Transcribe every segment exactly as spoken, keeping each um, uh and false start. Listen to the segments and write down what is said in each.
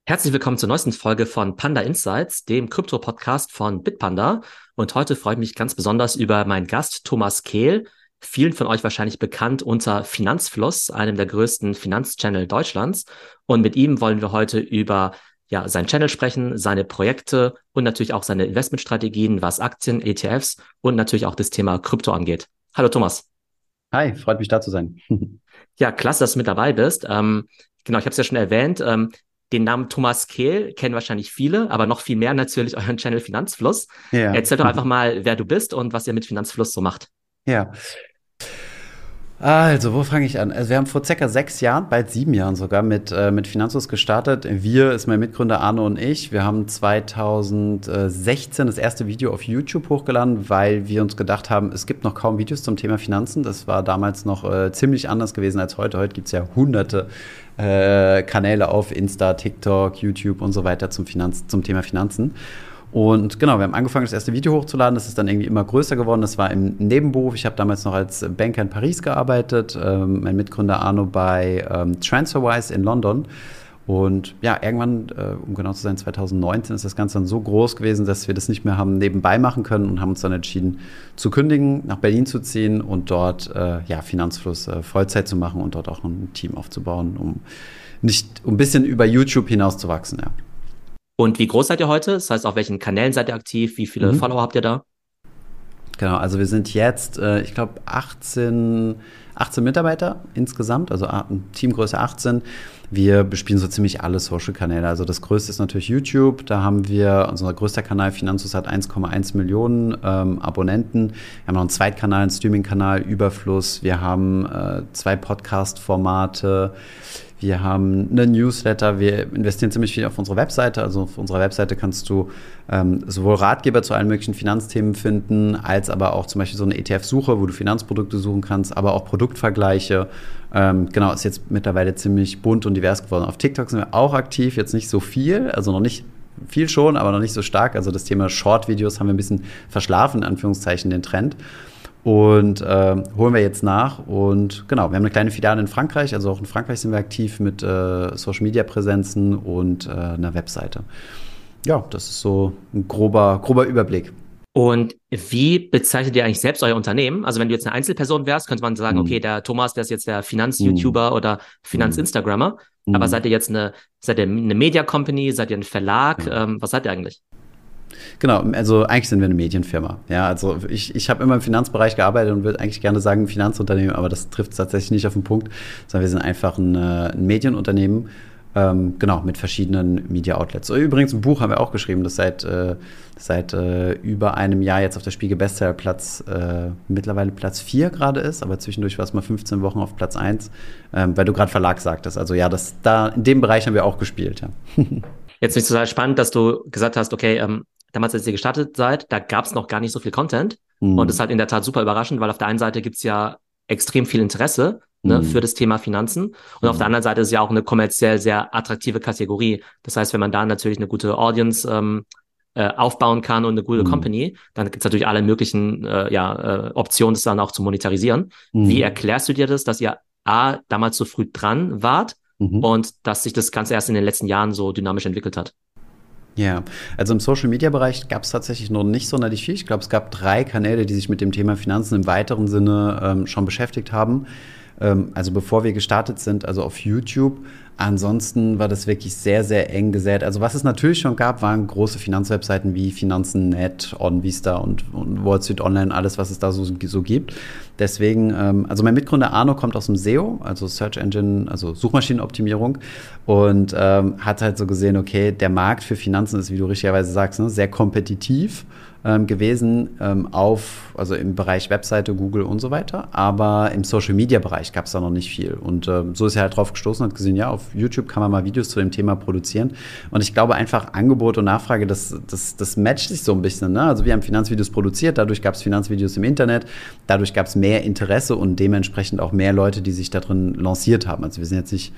Herzlich willkommen zur neuesten Folge von Panda Insights, dem Krypto-Podcast von Bitpanda. Und heute freue ich mich ganz besonders über meinen Gast Thomas Kehl, vielen von euch wahrscheinlich bekannt unter Finanzfluss, einem der größten Finanzchannel Deutschlands. Und mit ihm wollen wir heute über ja, seinen Channel sprechen, seine Projekte und natürlich auch seine Investmentstrategien, was Aktien, E T Fs und natürlich auch das Thema Krypto angeht. Hallo Thomas. Hi, freut mich da zu sein. Ja, klasse, dass du mit dabei bist. Ähm, genau, ich habe es ja schon erwähnt. Ähm, Den Namen Thomas Kehl kennen wahrscheinlich viele, aber noch viel mehr natürlich euren Channel Finanzfluss. Ja, Erzähl doch einfach mal, wer du bist und was ihr mit Finanzfluss so macht. ja. Also, wo fange ich an? Also, wir haben vor circa sechs Jahren, bald sieben Jahren sogar, mit, äh, mit Finanzfluss gestartet. Wir ist mein Mitgründer Arno und ich. Wir haben zwanzig sechzehn das erste Video auf YouTube hochgeladen, weil wir uns gedacht haben, es gibt noch kaum Videos zum Thema Finanzen. Das war damals noch äh, ziemlich anders gewesen als heute. Heute gibt es ja hunderte äh, Kanäle auf Insta, TikTok, YouTube und so weiter zum, Finanz zum Thema Finanzen. Und genau, wir haben angefangen, das erste Video hochzuladen. Das ist dann irgendwie immer größer geworden. Das war im Nebenberuf. Ich habe damals noch als Banker in Paris gearbeitet. Ähm, mein Mitgründer Arno bei ähm, TransferWise in London. Und ja, irgendwann, äh, um genau zu sein, zwanzig neunzehn ist das Ganze dann so groß gewesen, dass wir das nicht mehr haben nebenbei machen können und haben uns dann entschieden zu kündigen, nach Berlin zu ziehen und dort äh, ja, Finanzfluss äh, Vollzeit zu machen und dort auch ein Team aufzubauen, um nicht, um ein bisschen über YouTube hinaus zu wachsen, ja. Und wie groß seid ihr heute? Das heißt, auf welchen Kanälen seid ihr aktiv? Wie viele Mhm. Follower habt ihr da? Genau, also wir sind jetzt, äh, ich glaube, achtzehn, achtzehn Mitarbeiter insgesamt, also ein Teamgröße achtzehn. Wir bespielen so ziemlich alle Social-Kanäle. Also das größte ist natürlich YouTube. Da haben wir, unser größter Kanal Finanzus hat eins Komma eins Millionen ähm, Abonnenten. Wir haben noch einen Zweitkanal, einen Streaming-Kanal, Überfluss. Wir haben äh, zwei Podcast-Formate. Wir haben einen Newsletter, wir investieren ziemlich viel auf unsere Webseite. Also auf unserer Webseite kannst du ähm, sowohl Ratgeber zu allen möglichen Finanzthemen finden, als aber auch zum Beispiel so eine E T F-Suche, wo du Finanzprodukte suchen kannst, aber auch Produktvergleiche. Ähm, genau, ist jetzt mittlerweile ziemlich bunt und divers geworden. Auf TikTok sind wir auch aktiv, jetzt nicht so viel, also noch nicht viel schon, aber noch nicht so stark. Also das Thema Short-Videos haben wir ein bisschen verschlafen, in Anführungszeichen, den Trend. Und äh, holen wir jetzt nach. Und genau, wir haben eine kleine Filiale in Frankreich. Also auch in Frankreich sind wir aktiv mit äh, Social-Media-Präsenzen und äh, einer Webseite. Ja, das ist so ein grober, grober Überblick. Und wie bezeichnet ihr eigentlich selbst euer Unternehmen? Also wenn du jetzt eine Einzelperson wärst, könnte man sagen, okay, Hm. der Thomas, der ist jetzt der Hm. Finanz-YouTuber oder Hm. Finanz-Instagrammer. Aber Hm. seid ihr jetzt eine, seid ihr eine Media-Company? Seid ihr ein Verlag? Genau. Ähm, was seid ihr eigentlich? Genau, also eigentlich sind wir eine Medienfirma. Ja, also ich, ich habe immer im Finanzbereich gearbeitet und würde eigentlich gerne sagen Finanzunternehmen, aber das trifft tatsächlich nicht auf den Punkt, sondern wir sind einfach ein, äh, ein Medienunternehmen, ähm, genau, mit verschiedenen Media-Outlets. Übrigens, ein Buch haben wir auch geschrieben, das seit, äh, seit äh, über einem Jahr jetzt auf der Spiegel Bestsellerplatz, äh, mittlerweile Platz vier gerade ist, aber zwischendurch war es mal fünfzehn Wochen auf Platz eins, ähm, weil du gerade Verlag sagtest. Also ja, das, da, in dem Bereich haben wir auch gespielt, ja. Jetzt finde ich total spannend, dass du gesagt hast, okay, ähm, damals, als ihr gestartet seid, da gab es noch gar nicht so viel Content. Und das ist Hm. halt in der Tat super überraschend, weil auf der einen Seite gibt's ja extrem viel Interesse, ne, für Hm. das Thema Finanzen. Und auf der Hm. anderen Seite ist es ja auch eine kommerziell sehr attraktive Kategorie. Das heißt, wenn man da natürlich eine gute Audience ähm, äh, aufbauen kann und eine gute Hm. Company, dann gibt's natürlich alle möglichen äh, ja, äh, Optionen, das dann auch zu monetarisieren. Wie Hm. erklärst du dir das, dass ihr A, damals so früh dran wart Mhm. und dass sich das Ganze erst in den letzten Jahren so dynamisch entwickelt hat? Ja, also im Social-Media-Bereich gab es tatsächlich noch nicht sonderlich viel. Ich glaube, es gab drei Kanäle, die sich mit dem Thema Finanzen im weiteren Sinne ähm, schon beschäftigt haben. Ähm, also bevor wir gestartet sind, also auf YouTube. Ansonsten war das wirklich sehr, sehr eng gesät. Also was es natürlich schon gab, waren große Finanzwebseiten wie Finanzen Punkt net, OnVista und, und Wall Street Online, alles, was es da so, so gibt. Deswegen, ähm, also mein Mitgründer Arno kommt aus dem S E O, also Search Engine, also Suchmaschinenoptimierung, und ähm, hat halt so gesehen, okay, der Markt für Finanzen ist, wie du richtigerweise sagst, ne, sehr kompetitiv ähm, gewesen, ähm, auf, also im Bereich Webseite, Google und so weiter. Aber im Social-Media-Bereich gab es da noch nicht viel. Und ähm, so ist er halt drauf gestoßen und hat gesehen, ja, auf YouTube kann man mal Videos zu dem Thema produzieren. Und ich glaube einfach, Angebot und Nachfrage, das, das, das matcht sich so ein bisschen. Ne? Also wir haben Finanzvideos produziert, dadurch gab es Finanzvideos im Internet, dadurch gab es mehr Interesse und dementsprechend auch mehr Leute, die sich da drin lanciert haben. Also wir sind jetzt nicht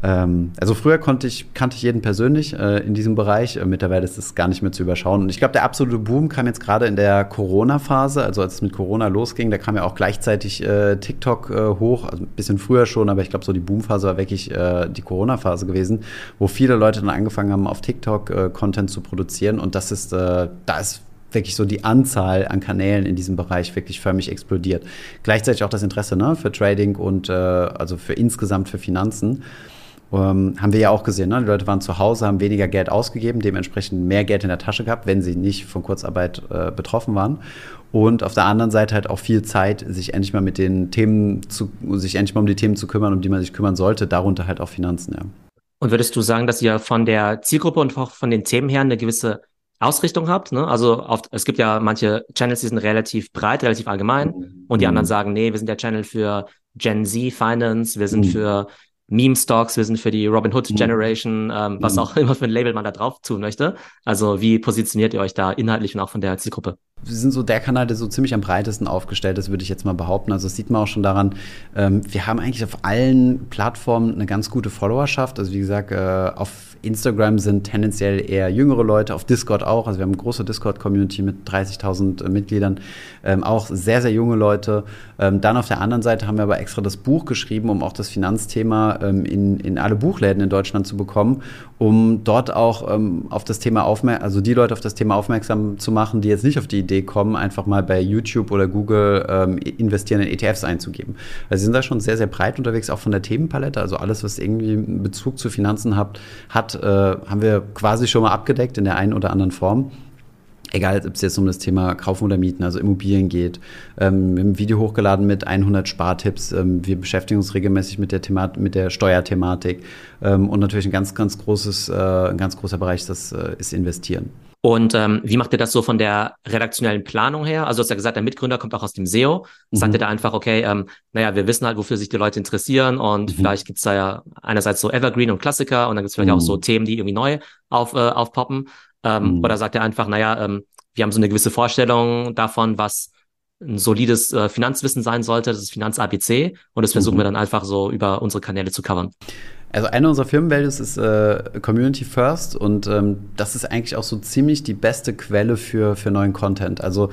Ähm, also früher konnte ich, kannte ich jeden persönlich äh, in diesem Bereich. Äh, mittlerweile ist es gar nicht mehr zu überschauen. Und ich glaube, der absolute Boom kam jetzt gerade in der Corona-Phase, also als es mit Corona losging, da kam ja auch gleichzeitig äh, TikTok äh, hoch, also ein bisschen früher schon, aber ich glaube, so die Boom-Phase war wirklich äh, die Corona-Phase gewesen, wo viele Leute dann angefangen haben, auf TikTok äh, Content zu produzieren. Und das ist, äh, da ist wirklich so die Anzahl an Kanälen in diesem Bereich wirklich förmlich explodiert. Gleichzeitig auch das Interesse, ne, für Trading und äh, also für insgesamt für Finanzen. Ähm, haben wir ja auch gesehen, ne? Die Leute waren zu Hause, haben weniger Geld ausgegeben, dementsprechend mehr Geld in der Tasche gehabt, wenn sie nicht von Kurzarbeit äh, betroffen waren. Und auf der anderen Seite halt auch viel Zeit, sich endlich mal mit den Themen zu, sich endlich mal um die Themen zu kümmern, um die man sich kümmern sollte, darunter halt auch Finanzen, ja. Und würdest du sagen, dass ihr von der Zielgruppe und auch von den Themen her eine gewisse Ausrichtung habt, ne? Also oft, es gibt ja manche Channels, die sind relativ breit, relativ allgemein, und die Mhm. anderen sagen, nee, wir sind der Channel für Gen Z Finance, wir sind Mhm. für Meme Stocks, wir sind für die Robin Hood Mhm. Generation, ähm, was Mhm. auch immer für ein Label man da drauf tun möchte. Also wie positioniert ihr euch da inhaltlich und auch von der Zielgruppe? Wir sind so der Kanal, der so ziemlich am breitesten aufgestellt ist, würde ich jetzt mal behaupten. Also das sieht man auch schon daran, ähm, wir haben eigentlich auf allen Plattformen eine ganz gute Followerschaft. Also wie gesagt, äh, auf Instagram sind tendenziell eher jüngere Leute, auf Discord auch. Also wir haben eine große Discord-Community mit dreißigtausend äh, Mitgliedern, ähm, auch sehr, sehr junge Leute. Ähm, dann auf der anderen Seite haben wir aber extra das Buch geschrieben, um auch das Finanzthema ähm, in, in alle Buchläden in Deutschland zu bekommen, um dort auch ähm, auf das Thema aufmerksam, also die Leute auf das Thema aufmerksam zu machen, die jetzt nicht auf die Idee kommen, einfach mal bei YouTube oder Google ähm, investieren in E T Fs einzugeben. Also sie sind da schon sehr, sehr breit unterwegs, auch von der Themenpalette. Also alles, was irgendwie einen Bezug zu Finanzen hat, hat äh, haben wir quasi schon mal abgedeckt in der einen oder anderen Form. Egal, ob es jetzt um das Thema Kaufen oder Mieten, also Immobilien geht. Ähm, wir haben ein Video hochgeladen mit hundert Spartipps. Ähm, wir beschäftigen uns regelmäßig mit der, Themat- mit der Steuerthematik. Ähm, und natürlich ein ganz, ganz großes, äh, ein ganz großer Bereich, das äh, ist Investieren. Und ähm, wie macht ihr das so von der redaktionellen Planung her? Also du hast ja gesagt, der Mitgründer kommt auch aus dem S E O. Sagt Mhm. ihr da einfach, okay, ähm, naja, wir wissen halt, wofür sich die Leute interessieren, und Mhm. vielleicht gibt's da ja einerseits so Evergreen und Klassiker, und dann gibt's vielleicht Mhm. auch so Themen, die irgendwie neu auf, äh, aufpoppen. Ähm, Mhm. Oder sagt ihr einfach, naja, ähm, wir haben so eine gewisse Vorstellung davon, was ein solides äh, Finanzwissen sein sollte, das ist Finanz-A B C, und das versuchen Mhm. wir dann einfach so über unsere Kanäle zu covern. Also eine unserer Firmenvalues ist äh, Community First, und ähm, das ist eigentlich auch so ziemlich die beste Quelle für, für neuen Content. Also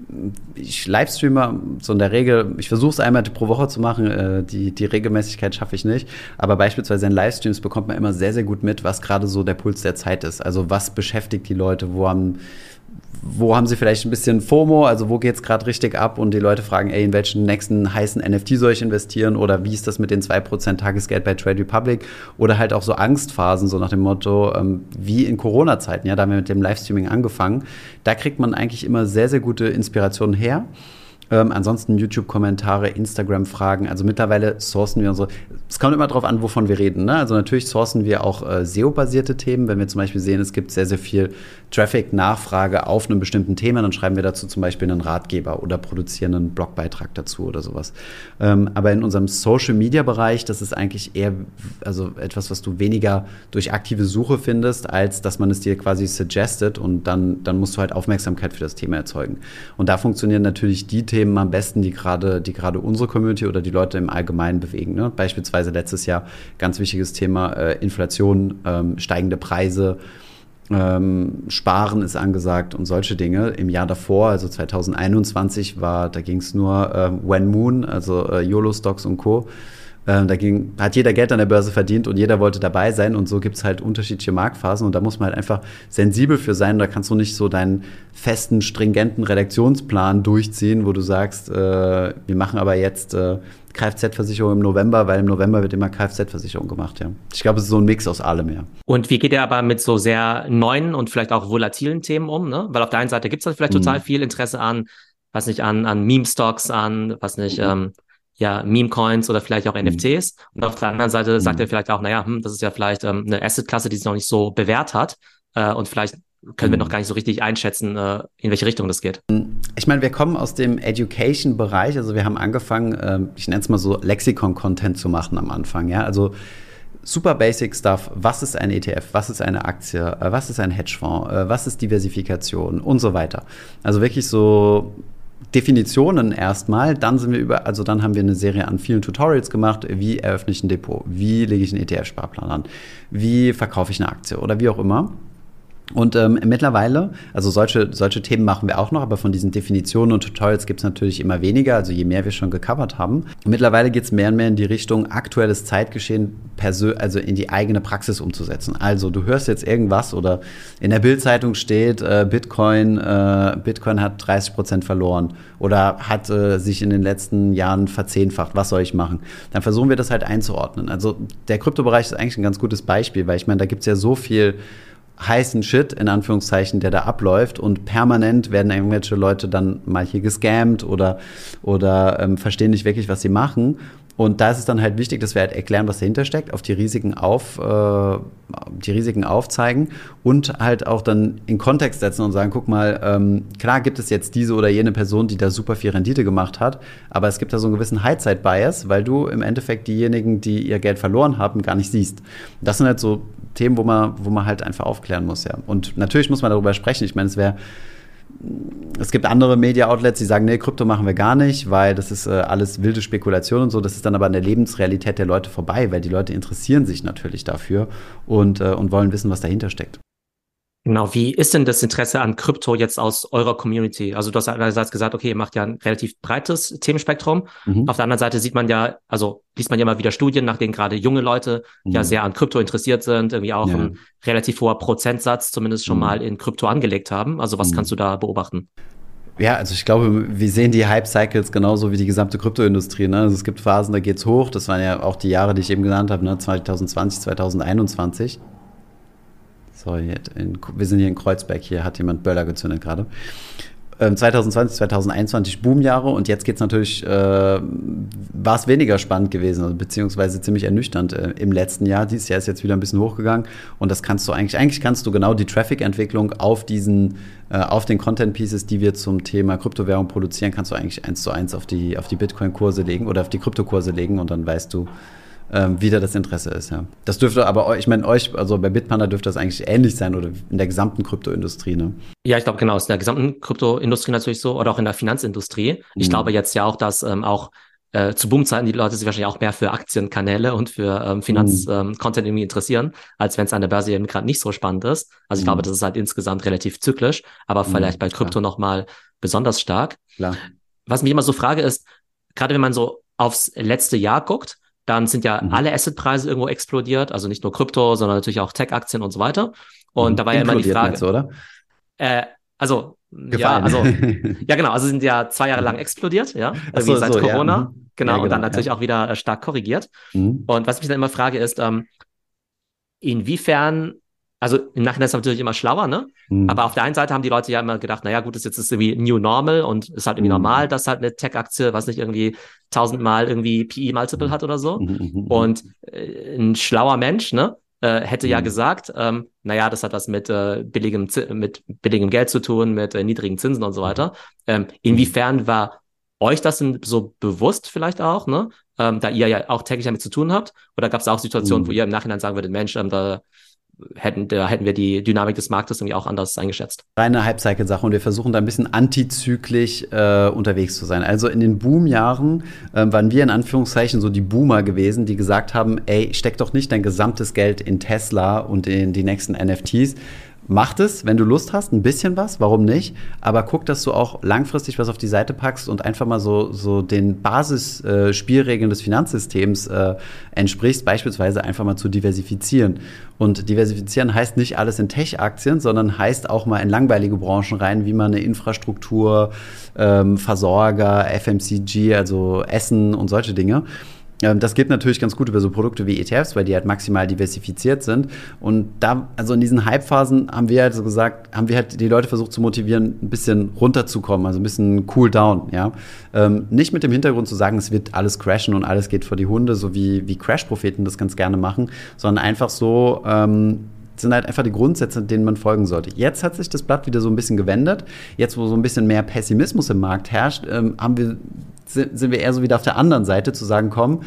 ich livestreame so in der Regel, ich versuche es einmal pro Woche zu machen, äh, die, die Regelmäßigkeit schaffe ich nicht, aber beispielsweise in Livestreams bekommt man immer sehr, sehr gut mit, was gerade so der Puls der Zeit ist. Also was beschäftigt die Leute, wo haben Wo haben sie vielleicht ein bisschen FOMO, also wo geht es gerade richtig ab, und die Leute fragen, ey, in welchen nächsten heißen N F T soll ich investieren, oder wie ist das mit den zwei Prozent Tagesgeld bei Trade Republic, oder halt auch so Angstphasen, so nach dem Motto, ähm, wie in Corona-Zeiten, ja, da haben wir mit dem Livestreaming angefangen, da kriegt man eigentlich immer sehr, sehr gute Inspirationen her. Ähm, ansonsten YouTube-Kommentare, Instagram-Fragen. Also mittlerweile sourcen wir unsere. Es kommt immer darauf an, wovon wir reden, ne? Also natürlich sourcen wir auch äh, S E O-basierte Themen. Wenn wir zum Beispiel sehen, es gibt sehr, sehr viel Traffic-Nachfrage auf einem bestimmten Thema, dann schreiben wir dazu zum Beispiel einen Ratgeber oder produzieren einen Blogbeitrag dazu oder sowas. Ähm, aber in unserem Social-Media-Bereich, das ist eigentlich eher also etwas, was du weniger durch aktive Suche findest, als dass man es dir quasi suggestet, und dann, dann musst du halt Aufmerksamkeit für das Thema erzeugen. Und da funktionieren natürlich die Themen am besten, die gerade die gerade unsere Community oder die Leute im Allgemeinen bewegen. Ne? Beispielsweise letztes Jahr ganz wichtiges Thema äh, Inflation, ähm, steigende Preise, ähm, Sparen ist angesagt und solche Dinge. Im Jahr davor, also zwanzig einundzwanzig, war, da ging es nur äh, When Moon, also äh, YOLO-Stocks und Co. Äh, da ging, hat jeder Geld an der Börse verdient und jeder wollte dabei sein, und so gibt es halt unterschiedliche Marktphasen, und da muss man halt einfach sensibel für sein. Da kannst du nicht so deinen festen, stringenten Redaktionsplan durchziehen, wo du sagst, äh, wir machen aber jetzt äh, Kfz-Versicherung im November, weil im November wird immer Kfz-Versicherung gemacht, ja. Ich glaube, es ist so ein Mix aus allem, ja. Und wie geht ihr aber mit so sehr neuen und vielleicht auch volatilen Themen um, ne? Weil auf der einen Seite gibt es halt vielleicht Mhm. total viel Interesse an, was nicht, an, an Meme-Stocks, an, was nicht, Mhm. ähm, ja, Meme-Coins oder vielleicht auch Mhm. N F Ts. Und auf der anderen Seite Mhm. sagt er vielleicht auch, naja, hm, das ist ja vielleicht ähm, eine Asset-Klasse, die sich noch nicht so bewährt hat. Äh, und vielleicht können wir noch gar nicht so richtig einschätzen, äh, in welche Richtung das geht. Ich meine, wir kommen aus dem Education-Bereich. Also wir haben angefangen, äh, ich nenne es mal so Lexikon-Content zu machen am Anfang. Ja? Also super basic Stuff. Was ist ein E T F? Was ist eine Aktie? Was ist ein Hedgefonds? Was ist Diversifikation? Und so weiter. Also wirklich so Definitionen erstmal, dann sind wir über, also dann haben wir eine Serie an vielen Tutorials gemacht, wie eröffne ich ein Depot, wie lege ich einen E T F-Sparplan an, wie verkaufe ich eine Aktie oder wie auch immer. Und ähm, mittlerweile, also solche, solche Themen machen wir auch noch, aber von diesen Definitionen und Tutorials gibt es natürlich immer weniger, also je mehr wir schon gecovert haben. Mittlerweile geht es mehr und mehr in die Richtung, aktuelles Zeitgeschehen persö- also in die eigene Praxis umzusetzen. Also du hörst jetzt irgendwas oder in der Bild-Zeitung steht, äh, Bitcoin, äh, Bitcoin hat dreißig Prozent verloren oder hat äh, sich in den letzten Jahren verzehnfacht, was soll ich machen? Dann versuchen wir das halt einzuordnen. Also der Kryptobereich ist eigentlich ein ganz gutes Beispiel, weil ich meine, da gibt es ja so viel heißen Shit, in Anführungszeichen, der da abläuft und permanent werden irgendwelche Leute dann mal hier gescammt oder, oder ähm, verstehen nicht wirklich, was sie machen. Und da ist es dann halt wichtig, dass wir halt erklären, was dahinter steckt, auf die Risiken auf, äh, die Risiken aufzeigen und halt auch dann in Kontext setzen und sagen, guck mal, ähm, klar gibt es jetzt diese oder jene Person, die da super viel Rendite gemacht hat, aber es gibt da so einen gewissen Hindsight-Bias, weil du im Endeffekt diejenigen, die ihr Geld verloren haben, gar nicht siehst. Das sind halt so Themen, wo man, wo man halt einfach aufklären muss, ja. Und natürlich muss man darüber sprechen. Ich meine, es wäre Es gibt andere Media-Outlets, die sagen, nee, Krypto machen wir gar nicht, weil das ist äh, alles wilde Spekulation und so. Das ist dann aber an der Lebensrealität der Leute vorbei, weil die Leute interessieren sich natürlich dafür und, äh, und wollen wissen, was dahinter steckt. Genau, wie ist denn das Interesse an Krypto jetzt aus eurer Community? Also du hast einerseits gesagt, okay, ihr macht ja ein relativ breites Themenspektrum. Mhm. Auf der anderen Seite sieht man ja, also liest man ja immer wieder Studien, nach denen gerade junge Leute mhm. ja sehr an Krypto interessiert sind, irgendwie auch ja. ein relativ hoher Prozentsatz zumindest schon mhm. mal in Krypto angelegt haben. Also was mhm. kannst du da beobachten? Ja, also ich glaube, wir sehen die Hype-Cycles genauso wie die gesamte Kryptoindustrie. Ne? Also es gibt Phasen, da geht's hoch. Das waren ja auch die Jahre, die ich eben genannt habe, ne? zwanzig zwanzig, zwanzig einundzwanzig. Sorry, in, wir sind hier in Kreuzberg, hier hat jemand Böller gezündet gerade. Ähm, zwanzig zwanzig, zwanzig einundzwanzig Boomjahre und jetzt geht's natürlich, äh, war es weniger spannend gewesen, also, beziehungsweise ziemlich ernüchternd äh, im letzten Jahr. Dieses Jahr ist jetzt wieder ein bisschen hochgegangen und das kannst du eigentlich, eigentlich kannst du genau die Traffic-Entwicklung auf diesen, äh, auf den Content-Pieces, die wir zum Thema Kryptowährung produzieren, kannst du eigentlich eins zu eins auf die, auf die Bitcoin-Kurse legen oder auf die Kryptokurse legen und dann weißt du, Ähm, wieder das Interesse ist, ja. Das dürfte aber, ich meine, euch, also bei Bitpanda dürfte das eigentlich ähnlich sein oder in der gesamten Kryptoindustrie, ne? Ja, ich glaube, genau, ist in der gesamten Kryptoindustrie natürlich so oder auch in der Finanzindustrie. Ich mhm. glaube jetzt ja auch, dass ähm, auch äh, zu Boomzeiten die Leute sich wahrscheinlich auch mehr für Aktienkanäle und für ähm, Finanz-Content mhm. ähm, irgendwie interessieren, als wenn es an der Börse eben gerade nicht so spannend ist. Also ich mhm. glaube, das ist halt insgesamt relativ zyklisch, aber mhm, vielleicht bei Krypto klar. nochmal besonders stark. Klar. Was mich immer so frage ist, gerade wenn man so aufs letzte Jahr guckt, dann sind ja mhm. alle Assetpreise irgendwo explodiert, also nicht nur Krypto, sondern natürlich auch Tech-Aktien und so weiter. Und mhm. da war ja immer die Frage, du, oder? Äh, also Gefallen. ja, also ja genau, also sind ja zwei Jahre lang explodiert, ja, irgendwie so, seit so, Corona, ja. mhm. genau, ja, genau, und dann natürlich ja. auch wieder äh, stark korrigiert. Mhm. Und was ich mich dann immer frage ist, ähm, inwiefern, also im Nachhinein ist es natürlich immer schlauer, ne? Mhm. Aber auf der einen Seite haben die Leute ja immer gedacht, naja gut, das jetzt ist irgendwie New Normal und ist halt irgendwie mhm. normal, dass halt eine Tech-Aktie, was nicht irgendwie tausendmal irgendwie P E-Multiple hat oder so. Mhm. Und äh, ein schlauer Mensch, ne, äh, hätte mhm. ja gesagt, ähm, naja, das hat was mit äh, billigem mit billigem Geld zu tun, mit äh, niedrigen Zinsen und so weiter. Ähm, inwiefern war euch das denn so bewusst vielleicht auch, ne? Ähm, da ihr ja auch täglich damit zu tun habt? Oder gab es auch Situationen, mhm. wo ihr im Nachhinein sagen würdet, Mensch, ähm, da hätten, da hätten wir die Dynamik des Marktes irgendwie auch anders eingeschätzt? Reine Hype-Cycle-Sache und wir versuchen da ein bisschen antizyklisch äh, unterwegs zu sein. Also in den Boom-Jahren äh, waren wir in Anführungszeichen so die Boomer gewesen, die gesagt haben, ey, steck doch nicht dein gesamtes Geld in Tesla und in die nächsten N F Ts. Mach es, wenn du Lust hast, ein bisschen was, warum nicht? Aber guck, dass du auch langfristig was auf die Seite packst und einfach mal so, so den Basisspielregeln äh, des Finanzsystems äh, entsprichst, beispielsweise einfach mal zu diversifizieren. Und diversifizieren heißt nicht alles in Tech-Aktien, sondern heißt auch mal in langweilige Branchen rein, wie man eine Infrastruktur, ähm, Versorger, F M C G, also Essen und solche Dinge. Das geht natürlich ganz gut über so Produkte wie E T Fs, weil die halt maximal diversifiziert sind. Und da, also in diesen Hype-Phasen haben wir halt so gesagt, haben wir halt die Leute versucht zu motivieren, ein bisschen runterzukommen, also ein bisschen cool down, ja. Ähm, nicht mit dem Hintergrund zu sagen, es wird alles crashen und alles geht vor die Hunde, so wie, wie Crash-Propheten das ganz gerne machen, sondern einfach so, ähm, sind halt einfach die Grundsätze, denen man folgen sollte. Jetzt hat sich das Blatt wieder so ein bisschen gewendet. Jetzt, wo so ein bisschen mehr Pessimismus im Markt herrscht, ähm, haben wir, sind wir eher so wieder auf der anderen Seite zu sagen, komm,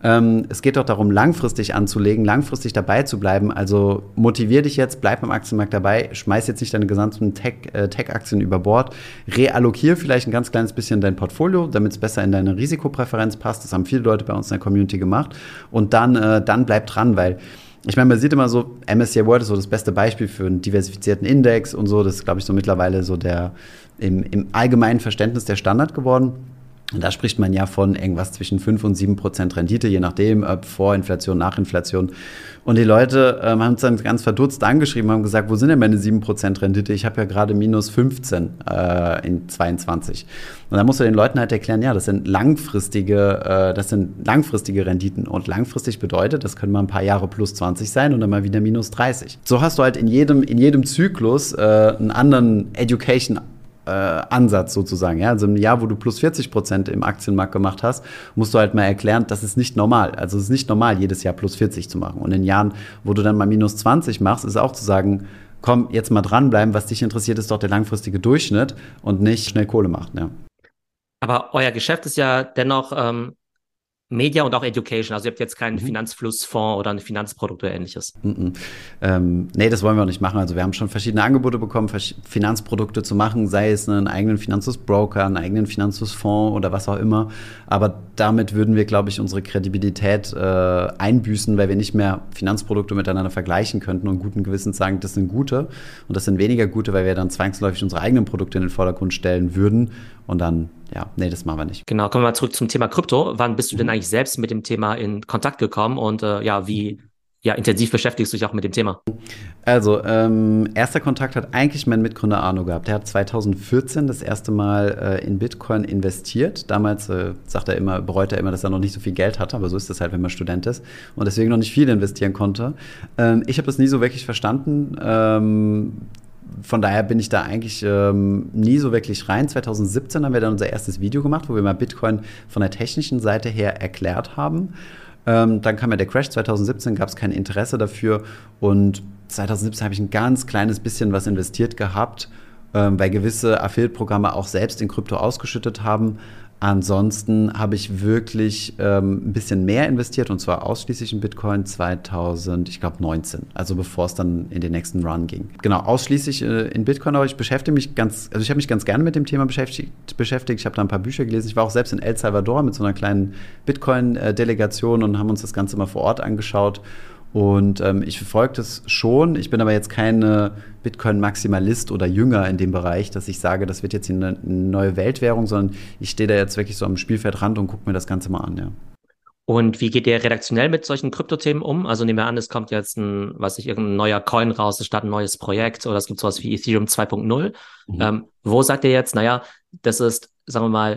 Ähm, es geht doch darum, langfristig anzulegen, langfristig dabei zu bleiben. Also motivier dich jetzt, bleib am Aktienmarkt dabei, schmeiß jetzt nicht deine gesamten Tech, äh, Tech-Aktien über Bord, reallokier vielleicht ein ganz kleines bisschen dein Portfolio, damit es besser in deine Risikopräferenz passt. Das haben viele Leute bei uns in der Community gemacht. Und dann, äh, dann bleib dran, weil ich meine, man sieht immer so, M S C I World ist so das beste Beispiel für einen diversifizierten Index und so. Das ist, glaube ich, so mittlerweile so der im, im allgemeinen Verständnis der Standard geworden. Und da spricht man ja von irgendwas zwischen fünf und sieben Prozent Rendite, je nachdem, ob vor Inflation, nach Inflation. Und die Leute ähm, haben uns dann ganz verdutzt angeschrieben, haben gesagt, wo sind denn meine sieben Prozent Rendite? Ich habe ja gerade minus fünfzehn äh, in zweiundzwanzig. Und da musst du den Leuten halt erklären, ja, das sind langfristige, äh, das sind langfristige Renditen. Und langfristig bedeutet, das können mal ein paar Jahre plus zwanzig sein und dann mal wieder minus dreißig. So hast du halt in jedem, in jedem Zyklus äh, einen anderen Education Äh, Ansatz sozusagen. Ja? Also im Jahr, wo du plus vierzig Prozent im Aktienmarkt gemacht hast, musst du halt mal erklären, das ist nicht normal. Also es ist nicht normal, jedes Jahr plus vierzig zu machen. Und in Jahren, wo du dann mal minus zwanzig machst, ist auch zu sagen, komm, jetzt mal dranbleiben, was dich interessiert, ist doch der langfristige Durchschnitt und nicht schnell Kohle machen. Ja. Aber euer Geschäft ist ja dennoch ähm, Media und auch Education. Also ihr habt jetzt keinen Mhm. Finanzflussfonds oder ein Finanzprodukt oder ähnliches. Mhm. Ähm, nee, das wollen wir auch nicht machen. Also wir haben schon verschiedene Angebote bekommen, Versch- Finanzprodukte zu machen, sei es einen eigenen Finanzflussbroker, einen eigenen Finanzflussfonds oder was auch immer. Aber damit würden wir, glaube ich, unsere Kredibilität äh, einbüßen, weil wir nicht mehr Finanzprodukte miteinander vergleichen könnten und guten Gewissens sagen, das sind gute und das sind weniger gute, weil wir dann zwangsläufig unsere eigenen Produkte in den Vordergrund stellen würden. Und dann, ja, nee, das machen wir nicht. Genau, kommen wir mal zurück zum Thema Krypto. Wann bist du denn eigentlich selbst mit dem Thema in Kontakt gekommen und äh, ja, wie ja, intensiv beschäftigst du dich auch mit dem Thema? Also, ähm, erster Kontakt hat eigentlich mein Mitgründer Arno gehabt. Der hat zwanzig vierzehn das erste Mal äh, in Bitcoin investiert. Damals äh, sagt er immer, bereut er immer, dass er noch nicht so viel Geld hatte, aber so ist das halt, wenn man Student ist und deswegen noch nicht viel investieren konnte. Ähm, ich habe das nie so wirklich verstanden. Ähm, Von daher bin ich da eigentlich ähm, nie so wirklich rein. zwanzig siebzehn haben wir dann unser erstes Video gemacht, wo wir mal Bitcoin von der technischen Seite her erklärt haben. Ähm, dann kam ja der Crash. zwanzig siebzehn gab es kein Interesse dafür. Und zwanzig siebzehn habe ich ein ganz kleines bisschen was investiert gehabt, ähm, weil gewisse Affiliate-Programme auch selbst in Krypto ausgeschüttet haben. Ansonsten habe ich wirklich ähm, ein bisschen mehr investiert und zwar ausschließlich in Bitcoin zwanzig, ich glaube neunzehn, also bevor es dann in den nächsten Run ging. Genau, ausschließlich äh, in Bitcoin, aber ich beschäftige mich ganz, also ich habe mich ganz gerne mit dem Thema beschäftigt. beschäftigt. Ich habe da ein paar Bücher gelesen. Ich war auch selbst in El Salvador mit so einer kleinen Bitcoin-Delegation und haben uns das Ganze mal vor Ort angeschaut. Und ähm, ich verfolge das schon. Ich bin aber jetzt kein äh, Bitcoin-Maximalist oder Jünger in dem Bereich, dass ich sage, das wird jetzt eine, eine neue Weltwährung, sondern ich stehe da jetzt wirklich so am Spielfeldrand und gucke mir das Ganze mal an, ja. Und wie geht ihr redaktionell mit solchen Kryptothemen um? Also nehmen wir an, es kommt jetzt ein, weiß ich, irgendein neuer Coin raus, es startet ein neues Projekt oder es gibt sowas wie Ethereum zwei Punkt null. Mhm. Ähm, wo sagt ihr jetzt, naja, das ist, sagen wir mal,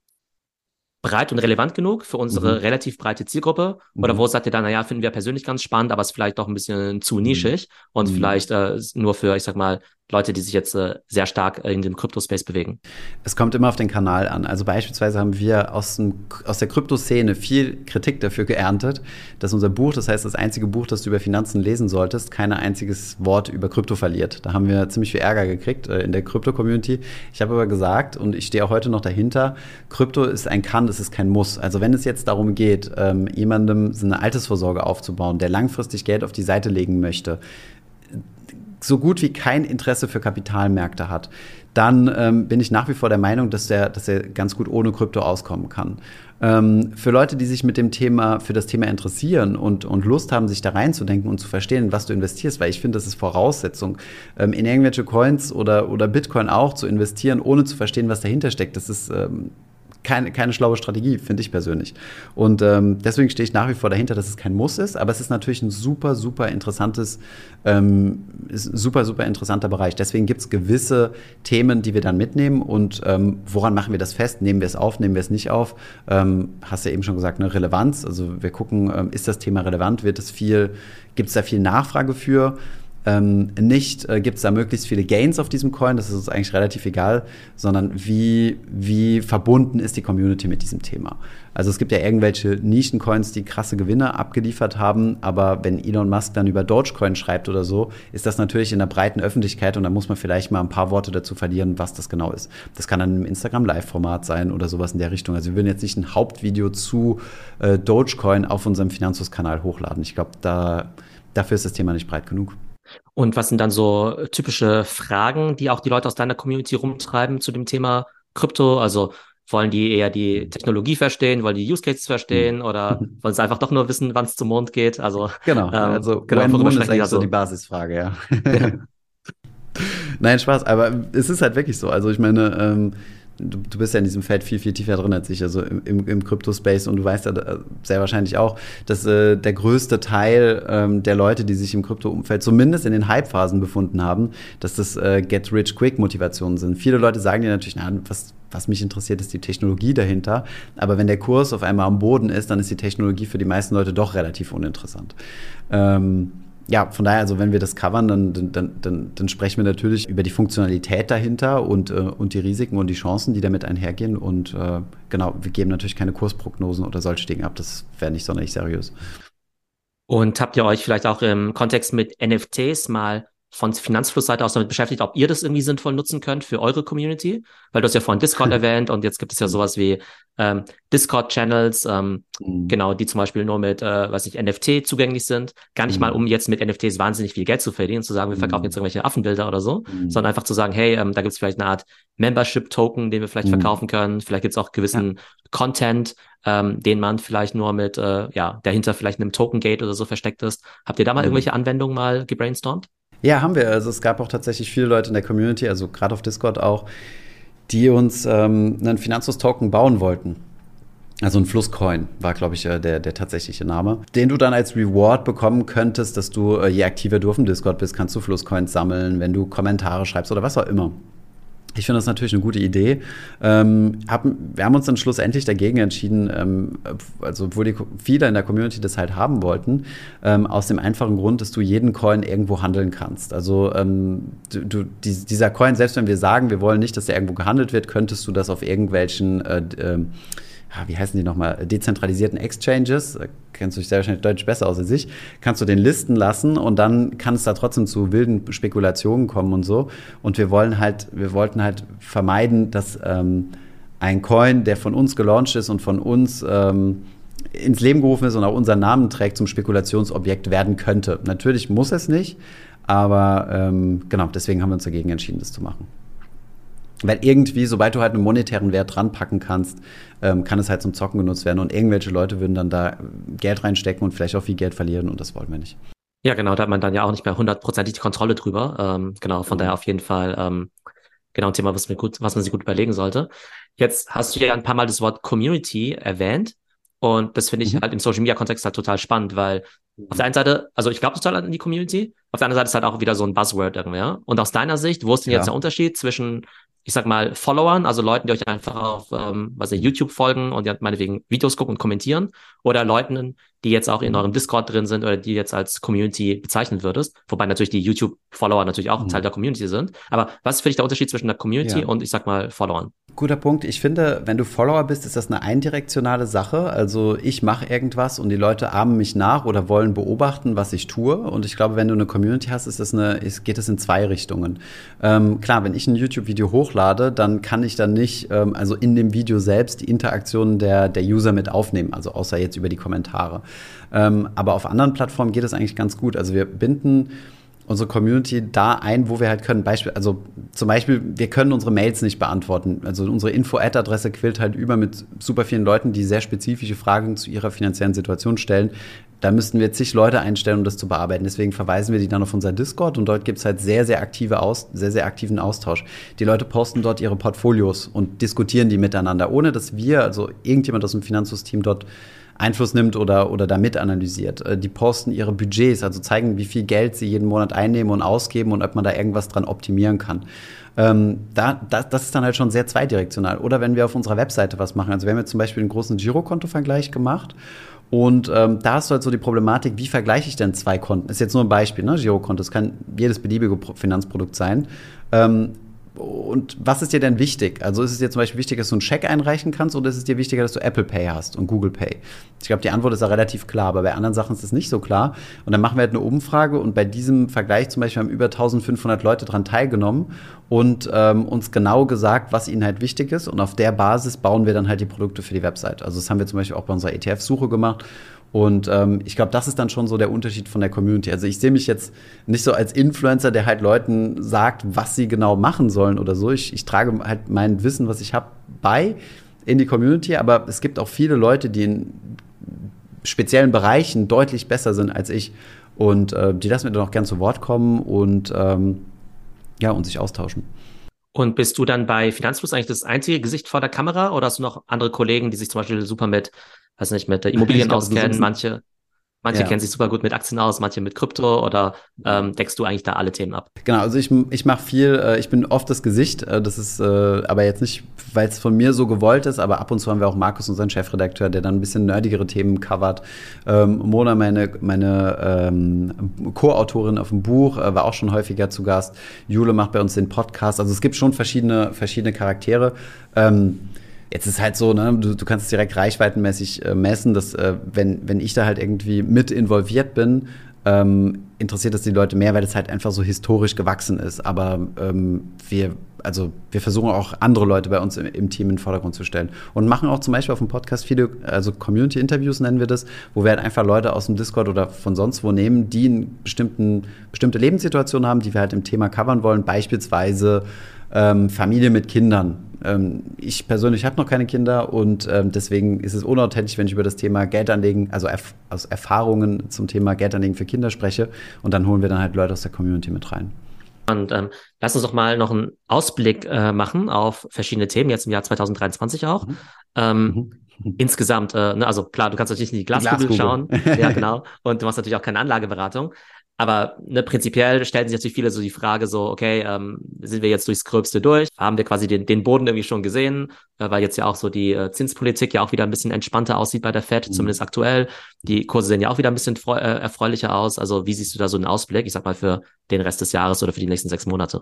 breit und relevant genug für unsere mhm. relativ breite Zielgruppe? Oder mhm. wo sagt ihr dann, naja, finden wir persönlich ganz spannend, aber es ist vielleicht doch ein bisschen zu nischig mhm. und mhm. vielleicht äh, nur für, ich sag mal, Leute, die sich jetzt äh, sehr stark äh, in dem Kryptospace bewegen? Es kommt immer auf den Kanal an. Also beispielsweise haben wir aus, dem, aus der Kryptoszene viel Kritik dafür geerntet, dass unser Buch, das heißt das einzige Buch, das du über Finanzen lesen solltest, kein einziges Wort über Krypto verliert. Da haben wir ziemlich viel Ärger gekriegt äh, in der Krypto-Community. Ich habe aber gesagt, und ich stehe auch heute noch dahinter, Krypto ist ein Kann, es ist kein Muss. Also wenn es jetzt darum geht, ähm, jemandem so eine Altersvorsorge aufzubauen, der langfristig Geld auf die Seite legen möchte, so gut wie kein Interesse für Kapitalmärkte hat, dann ähm, bin ich nach wie vor der Meinung, dass der, dass er ganz gut ohne Krypto auskommen kann. Ähm, für Leute, die sich mit dem Thema, für das Thema interessieren und, und Lust haben, sich da reinzudenken und zu verstehen, was du investierst, weil ich finde, das ist Voraussetzung, ähm, in irgendwelche Coins oder, oder Bitcoin auch zu investieren, ohne zu verstehen, was dahinter steckt. Das ist ähm, Keine, keine schlaue Strategie, finde ich persönlich. Und ähm, deswegen stehe ich nach wie vor dahinter, dass es kein Muss ist, aber es ist natürlich ein super, super interessantes, ähm, ist ein super, super interessanter Bereich. Deswegen gibt es gewisse Themen, die wir dann mitnehmen und ähm, woran machen wir das fest? Nehmen wir es auf, nehmen wir es nicht auf? Ähm, hast ja eben schon gesagt, eine Relevanz. Also wir gucken, ähm, ist das Thema relevant? Wird es viel, gibt es da viel Nachfrage für? ähm, nicht, äh, gibt es da möglichst viele Gains auf diesem Coin, das ist uns eigentlich relativ egal, sondern wie, wie verbunden ist die Community mit diesem Thema. Also es gibt ja irgendwelche Nischencoins, die krasse Gewinne abgeliefert haben, aber wenn Elon Musk dann über Dogecoin schreibt oder so, ist das natürlich in der breiten Öffentlichkeit und da muss man vielleicht mal ein paar Worte dazu verlieren, was das genau ist. Das kann dann im Instagram-Live-Format sein oder sowas in der Richtung. Also wir würden jetzt nicht ein Hauptvideo zu äh, Dogecoin auf unserem Finanzfluss-Kanal hochladen. Ich glaube, da, dafür ist das Thema nicht breit genug. Und was sind dann so typische Fragen, die auch die Leute aus deiner Community rumtreiben zu dem Thema Krypto? Also wollen die eher die Technologie verstehen, wollen die Use Cases verstehen oder wollen sie einfach doch nur wissen, wann es zum Mond geht? Also Genau, ähm, also genau, when worüber moon ist sprechen die eigentlich da so die so? Basisfrage, ja. Ja. Nein, Spaß, aber es ist halt wirklich so. Also ich meine, ähm, du, du bist ja in diesem Feld viel, viel tiefer drin als ich, also im, im, im Crypto-Space und du weißt ja sehr wahrscheinlich auch, dass äh, der größte Teil ähm, der Leute, die sich im Krypto-Umfeld zumindest in den Hype-Phasen befunden haben, dass das äh, Get-Rich-Quick-Motivationen sind. Viele Leute sagen dir natürlich, na, was, was mich interessiert, ist die Technologie dahinter, aber wenn der Kurs auf einmal am Boden ist, dann ist die Technologie für die meisten Leute doch relativ uninteressant. Ähm, Ja, von daher, also wenn wir das covern, dann, dann, dann, dann sprechen wir natürlich über die Funktionalität dahinter und, äh, und die Risiken und die Chancen, die damit einhergehen. Und äh, genau, wir geben natürlich keine Kursprognosen oder solche Dinge ab. Das wäre nicht sonderlich seriös. Und habt ihr euch vielleicht auch im Kontext mit N F Ts mal von Finanzflussseite aus damit beschäftigt, ob ihr das irgendwie sinnvoll nutzen könnt für eure Community? Weil du hast ja vorhin Discord erwähnt und jetzt gibt es ja sowas wie ähm, Discord-Channels, ähm, Mhm. genau, die zum Beispiel nur mit, äh, weiß nicht, N F T zugänglich sind. Gar nicht mal, um jetzt mit N F Ts wahnsinnig viel Geld zu verdienen, zu sagen, wir verkaufen jetzt irgendwelche Affenbilder oder so, Mhm. sondern einfach zu sagen, hey, ähm, da gibt es vielleicht eine Art Membership-Token, den wir vielleicht Mhm. verkaufen können. Vielleicht gibt es auch gewissen Content, ähm, den man vielleicht nur mit, äh, ja, dahinter vielleicht einem Token-Gate oder so versteckt ist. Habt ihr da mal Mhm. irgendwelche Anwendungen mal gebrainstormt? Ja, haben wir. Also es gab auch tatsächlich viele Leute in der Community, also gerade auf Discord auch, die uns ähm, einen Finanzfluss-Token bauen wollten. Also ein Flusscoin war, glaube ich, äh, der, der tatsächliche Name, den du dann als Reward bekommen könntest, dass du, äh, je aktiver du auf dem Discord bist, kannst du Flusscoins sammeln, wenn du Kommentare schreibst oder was auch immer. Ich finde das natürlich eine gute Idee. Ähm, hab, wir haben uns dann schlussendlich dagegen entschieden, ähm, also obwohl die, viele in der Community das halt haben wollten, ähm, aus dem einfachen Grund, dass du jeden Coin irgendwo handeln kannst. Also ähm, du, du, die, dieser Coin, selbst wenn wir sagen, wir wollen nicht, dass der irgendwo gehandelt wird, könntest du das auf irgendwelchen äh, äh, wie heißen die nochmal, dezentralisierten Exchanges, kennst du dich sehr wahrscheinlich deutlich besser aus als ich, kannst du den listen lassen und dann kann es da trotzdem zu wilden Spekulationen kommen und so. Und wir wollen halt, wir wollten halt vermeiden, dass ähm, ein Coin, der von uns gelauncht ist und von uns ähm, ins Leben gerufen ist und auch unseren Namen trägt, zum Spekulationsobjekt werden könnte. Natürlich muss es nicht, aber ähm, genau, deswegen haben wir uns dagegen entschieden, das zu machen. Weil irgendwie, sobald du halt einen monetären Wert dran packen kannst, ähm, kann es halt zum Zocken genutzt werden und irgendwelche Leute würden dann da Geld reinstecken und vielleicht auch viel Geld verlieren und das wollen wir nicht. Ja, genau, da hat man dann ja auch nicht mehr hundertprozentig die Kontrolle drüber. Ähm, genau, von Mhm. daher auf jeden Fall ähm, genau ein Thema, was, mir gut, was man sich gut überlegen sollte. Jetzt hast du ja ein paar Mal das Wort Community erwähnt und das finde ich Mhm. halt im Social-Media-Kontext halt total spannend, weil auf der einen Seite, also ich glaube total an die Community, auf der anderen Seite ist halt auch wieder so ein Buzzword irgendwie, ja? Und aus deiner Sicht, wo ist denn jetzt Ja. der Unterschied zwischen, ich sag mal, Followern, also Leuten, die euch einfach auf, ähm, was nicht, YouTube folgen und die halt meinetwegen Videos gucken und kommentieren, oder Leuten, die jetzt auch in eurem Discord drin sind oder die jetzt als Community bezeichnen würdest, wobei natürlich die YouTube-Follower natürlich auch Mhm. Teil der Community sind. Aber was ist für dich der Unterschied zwischen der Community Ja. und, ich sag mal, Followern? Guter Punkt. Ich finde, wenn du Follower bist, ist das eine eindirektionale Sache. Also ich mache irgendwas und die Leute ahmen mich nach oder wollen beobachten, was ich tue. Und ich glaube, wenn du eine Community hast, ist das eine, ist, geht es in zwei Richtungen. Ähm, klar, wenn ich ein YouTube-Video hochlade, dann kann ich dann nicht, ähm, also in dem Video selbst, die Interaktionen der, der User mit aufnehmen. Also außer jetzt über die Kommentare. Ähm, aber auf anderen Plattformen geht es eigentlich ganz gut. Also wir binden unsere Community da ein, wo wir halt können. Beispiel, also zum Beispiel, wir können unsere Mails nicht beantworten. Also unsere Info-Ad-Adresse quillt halt über mit super vielen Leuten, die sehr spezifische Fragen zu ihrer finanziellen Situation stellen. Da müssten wir zig Leute einstellen, um das zu bearbeiten. Deswegen verweisen wir die dann auf unser Discord und dort gibt es halt sehr, sehr aktive Aus, sehr, sehr aktiven Austausch. Die Leute posten dort ihre Portfolios und diskutieren die miteinander, ohne dass wir, also irgendjemand aus dem Finanzsystem dort Einfluss nimmt oder, oder da mit analysiert. Die posten ihre Budgets, also zeigen, wie viel Geld sie jeden Monat einnehmen und ausgeben und ob man da irgendwas dran optimieren kann. Ähm, da, das, das ist dann halt schon sehr zweidirektional. Oder wenn wir auf unserer Webseite was machen. Also wir haben jetzt zum Beispiel einen großen Girokonto-Vergleich gemacht Und ähm, da hast du halt so die Problematik, wie vergleiche ich denn zwei Konten? Ist jetzt nur ein Beispiel, ne? Girokonto, es kann jedes beliebige Finanzprodukt sein. Ähm, Und was ist dir denn wichtig? Also ist es dir zum Beispiel wichtig, dass du einen Scheck einreichen kannst oder ist es dir wichtiger, dass du Apple Pay hast und Google Pay? Ich glaube, die Antwort ist da relativ klar, aber bei anderen Sachen ist es nicht so klar. Und dann machen wir halt eine Umfrage und bei diesem Vergleich zum Beispiel haben über eintausendfünfhundert Leute daran teilgenommen und ähm, uns genau gesagt, was ihnen halt wichtig ist. Und auf der Basis bauen wir dann halt die Produkte für die Website. Also das haben wir zum Beispiel auch bei unserer E T F-Suche gemacht. Und ähm, ich glaube, das ist dann schon so der Unterschied von der Community. Also ich sehe mich jetzt nicht so als Influencer, der halt Leuten sagt, was sie genau machen sollen oder so. Ich, ich trage halt mein Wissen, was ich habe, bei in die Community. Aber es gibt auch viele Leute, die in speziellen Bereichen deutlich besser sind als ich. Und äh, die lassen mir dann auch gern zu Wort kommen und, ähm, ja, und sich austauschen. Und bist du dann bei Finanzfluss eigentlich das einzige Gesicht vor der Kamera oder hast du noch andere Kollegen, die sich zum Beispiel super mit, weiß nicht, mit Immobilien glaub, auskennen? so Manche, manche ja. kennen sich super gut mit Aktien aus, manche mit Krypto oder ähm, deckst du eigentlich da alle Themen ab? Genau, also ich, ich mache viel, äh, ich bin oft das Gesicht, äh, das ist äh, aber jetzt nicht, weil es von mir so gewollt ist, aber ab und zu haben wir auch Markus, unseren Chefredakteur, der dann ein bisschen nerdigere Themen covert. Ähm, Mona, meine, meine ähm, Co-Autorin auf dem Buch, äh, war auch schon häufiger zu Gast. Jule macht bei uns den Podcast, also es gibt schon verschiedene, verschiedene Charaktere. Ähm, Jetzt ist halt so, ne, du, du kannst es direkt reichweitenmäßig äh, messen, dass äh, wenn, wenn ich da halt irgendwie mit involviert bin, ähm, interessiert das die Leute mehr, weil das halt einfach so historisch gewachsen ist. Aber ähm, wir, also wir versuchen auch andere Leute bei uns im, im Team in den Vordergrund zu stellen. Und machen auch zum Beispiel auf dem Podcast viele, also Community-Interviews nennen wir das, wo wir halt einfach Leute aus dem Discord oder von sonst wo nehmen, die eine bestimmten, bestimmte Lebenssituationen haben, die wir halt im Thema covern wollen. Beispielsweise ähm, Familie mit Kindern. Ähm, ich persönlich habe noch keine Kinder und ähm, deswegen ist es unauthentisch, wenn ich über das Thema Geldanlegen, also erf- aus Erfahrungen zum Thema Geldanlegen für Kinder spreche und dann holen wir dann halt Leute aus der Community mit rein. Und ähm, lass uns doch mal noch einen Ausblick äh, machen auf verschiedene Themen, jetzt im Jahr zwanzig dreiundzwanzig auch. Mhm. Ähm, mhm. Insgesamt, äh, ne, also klar, du kannst natürlich in die Glaskugel, die Glaskugel. schauen. Ja, genau. Und du machst natürlich auch keine Anlageberatung. Aber ne, prinzipiell stellen sich natürlich viele so die Frage so, okay, ähm, sind wir jetzt durchs Gröbste durch? Haben wir quasi den, den Boden irgendwie schon gesehen? Äh, weil jetzt ja auch so die äh, Zinspolitik ja auch wieder ein bisschen entspannter aussieht bei der Fed, mhm. zumindest aktuell. Die Kurse sehen ja auch wieder ein bisschen freu- äh, erfreulicher aus. Also wie siehst du da so einen Ausblick, ich sag mal, für den Rest des Jahres oder für die nächsten sechs Monate?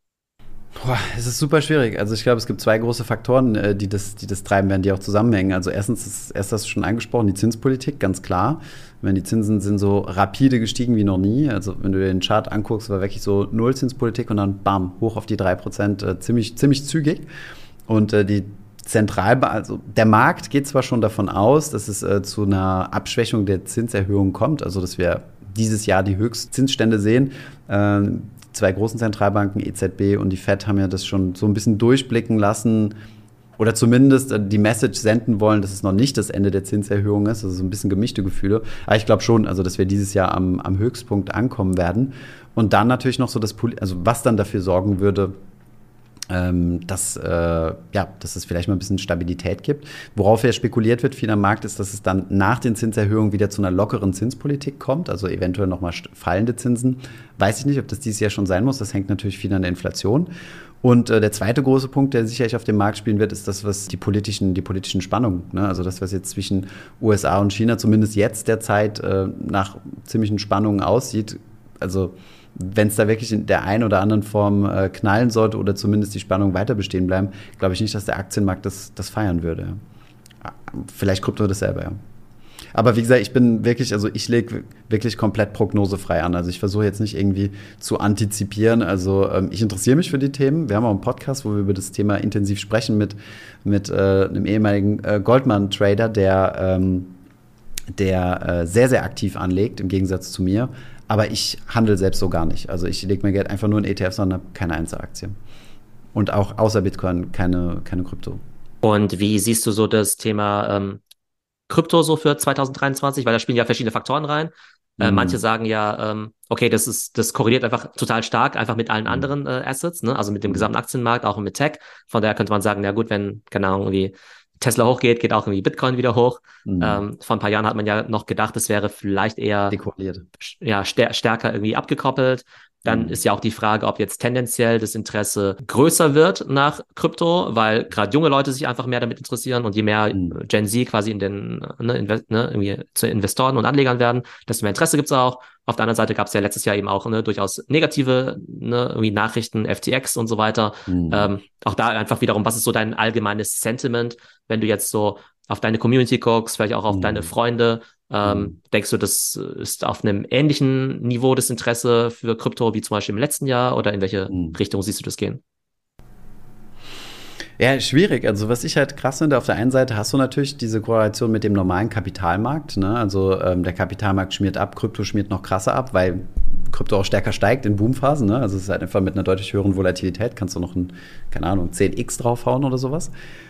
Boah, es ist super schwierig. Also ich glaube, es gibt zwei große Faktoren, die das, die das treiben werden, die auch zusammenhängen. Also erstens, ist, erst hast du schon angesprochen, die Zinspolitik, ganz klar. Wenn die Zinsen sind so rapide gestiegen wie noch nie. Also wenn du dir den Chart anguckst, war wirklich so Nullzinspolitik und dann bam, hoch auf die drei Prozent, äh, ziemlich, ziemlich zügig. Und äh, die Zentralbank, also der Markt geht zwar schon davon aus, dass es äh, zu einer Abschwächung der Zinserhöhung kommt, also dass wir dieses Jahr die Höchstzinsstände sehen. Ähm, zwei großen Zentralbanken, E Z B und die Fed, haben ja das schon so ein bisschen durchblicken lassen oder zumindest die Message senden wollen, dass es noch nicht das Ende der Zinserhöhung ist. Also so ein bisschen gemischte Gefühle. Aber ich glaube schon, also dass wir dieses Jahr am, am Höchstpunkt ankommen werden. Und dann natürlich noch so das, also was dann dafür sorgen würde, Ähm, dass, äh, ja, dass es vielleicht mal ein bisschen Stabilität gibt. Worauf ja spekuliert wird viel am Markt, ist, dass es dann nach den Zinserhöhungen wieder zu einer lockeren Zinspolitik kommt, also eventuell nochmal fallende Zinsen. Weiß ich nicht, ob das dieses Jahr schon sein muss. Das hängt natürlich viel an der Inflation. Und äh, der zweite große Punkt, der sicherlich auf dem Markt spielen wird, ist das, was die politischen, die politischen Spannungen, ne? Also das, was jetzt zwischen U S A und China zumindest jetzt derzeit äh, nach ziemlichen Spannungen aussieht. Also wenn es da wirklich in der einen oder anderen Form äh, knallen sollte oder zumindest die Spannungen weiter bestehen bleiben, glaube ich nicht, dass der Aktienmarkt das, das feiern würde. Ja. Vielleicht Krypto das selber, ja. Aber wie gesagt, ich bin wirklich, also ich lege wirklich komplett prognosefrei an. Also ich versuche jetzt nicht irgendwie zu antizipieren. Also ähm, ich interessiere mich für die Themen. Wir haben auch einen Podcast, wo wir über das Thema intensiv sprechen mit, mit äh, einem ehemaligen äh, Goldman-Trader, der, ähm, der äh, sehr, sehr aktiv anlegt, im Gegensatz zu mir. Aber ich handle selbst so gar nicht. Also ich lege mein Geld einfach nur in E T Fs, sondern habe keine Einzelaktie. Und auch außer Bitcoin keine, keine Krypto. Und wie siehst du so das Thema ähm, Krypto so für zwanzig dreiundzwanzig? Weil da spielen ja verschiedene Faktoren rein. Äh, mhm. Manche sagen ja, ähm, okay, das ist, das korreliert einfach total stark, einfach mit allen mhm. anderen äh, Assets, ne? Also mit dem mhm. gesamten Aktienmarkt, auch mit Tech. Von daher könnte man sagen, na gut, wenn, keine Ahnung, irgendwie Tesla hochgeht, geht auch irgendwie Bitcoin wieder hoch. Mhm. Ähm, vor ein paar Jahren hat man ja noch gedacht, es wäre vielleicht eher dekorreliert. Ja, stär- stärker irgendwie abgekoppelt. Dann ist ja auch die Frage, ob jetzt tendenziell das Interesse größer wird nach Krypto, weil gerade junge Leute sich einfach mehr damit interessieren und je mehr Mhm. Gen Z quasi in den ne, Inve- ne, irgendwie zu Investoren und Anlegern werden, desto mehr Interesse gibt's auch. Auf der anderen Seite gab's ja letztes Jahr eben auch ne, durchaus negative ne, irgendwie Nachrichten, F T X und so weiter. Mhm. Ähm, auch da einfach wiederum, was ist so dein allgemeines Sentiment, wenn du jetzt so auf deine Community guckst, vielleicht auch auf deine Mhm. Freunde. Ähm, Mhm. denkst du, das ist auf einem ähnlichen Niveau das Interesse für Krypto wie zum Beispiel im letzten Jahr oder in welche Mhm. Richtung siehst du das gehen? Ja, schwierig. Also was ich halt krass finde, auf der einen Seite hast du natürlich diese Korrelation mit dem normalen Kapitalmarkt. Ne? Also ähm, der Kapitalmarkt schmiert ab, Krypto schmiert noch krasser ab, weil Krypto auch stärker steigt in Boomphasen. Ne? Also es ist halt einfach mit einer deutlich höheren Volatilität, kannst du noch ein, keine Ahnung, zehn x draufhauen oder sowas.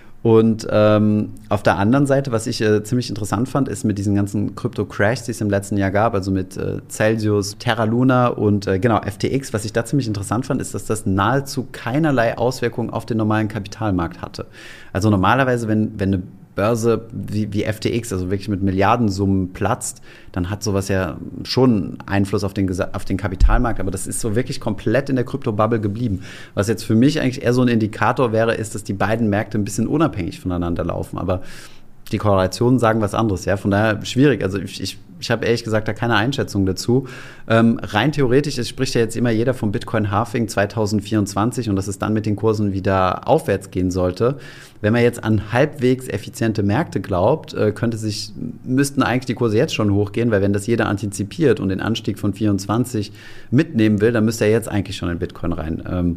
Und ähm, auf der anderen Seite, was ich äh, ziemlich interessant fand, ist mit diesen ganzen Krypto-Crashs, die es im letzten Jahr gab, also mit äh, Celsius, Terra Luna und äh, genau F T X, was ich da ziemlich interessant fand, ist, dass das nahezu keinerlei Auswirkungen auf den normalen Kapitalmarkt hatte. Also normalerweise, wenn, wenn eine Börse wie, wie F T X, also wirklich mit Milliardensummen platzt, dann hat sowas ja schon Einfluss auf den, auf den Kapitalmarkt. Aber das ist so wirklich komplett in der Krypto-Bubble geblieben. Was jetzt für mich eigentlich eher so ein Indikator wäre, ist, dass die beiden Märkte ein bisschen unabhängig voneinander laufen. Aber die Korrelationen sagen was anderes, ja. Von daher schwierig. Also ich, ich, ich habe ehrlich gesagt da keine Einschätzung dazu. Ähm, rein theoretisch, es spricht ja jetzt immer jeder vom Bitcoin-Halving zwanzig vierundzwanzig und dass es dann mit den Kursen wieder aufwärts gehen sollte. Wenn man jetzt an halbwegs effiziente Märkte glaubt, äh, könnte sich, müssten eigentlich die Kurse jetzt schon hochgehen, weil wenn das jeder antizipiert und den Anstieg von vierundzwanzig mitnehmen will, dann müsste er jetzt eigentlich schon in Bitcoin rein. Ähm,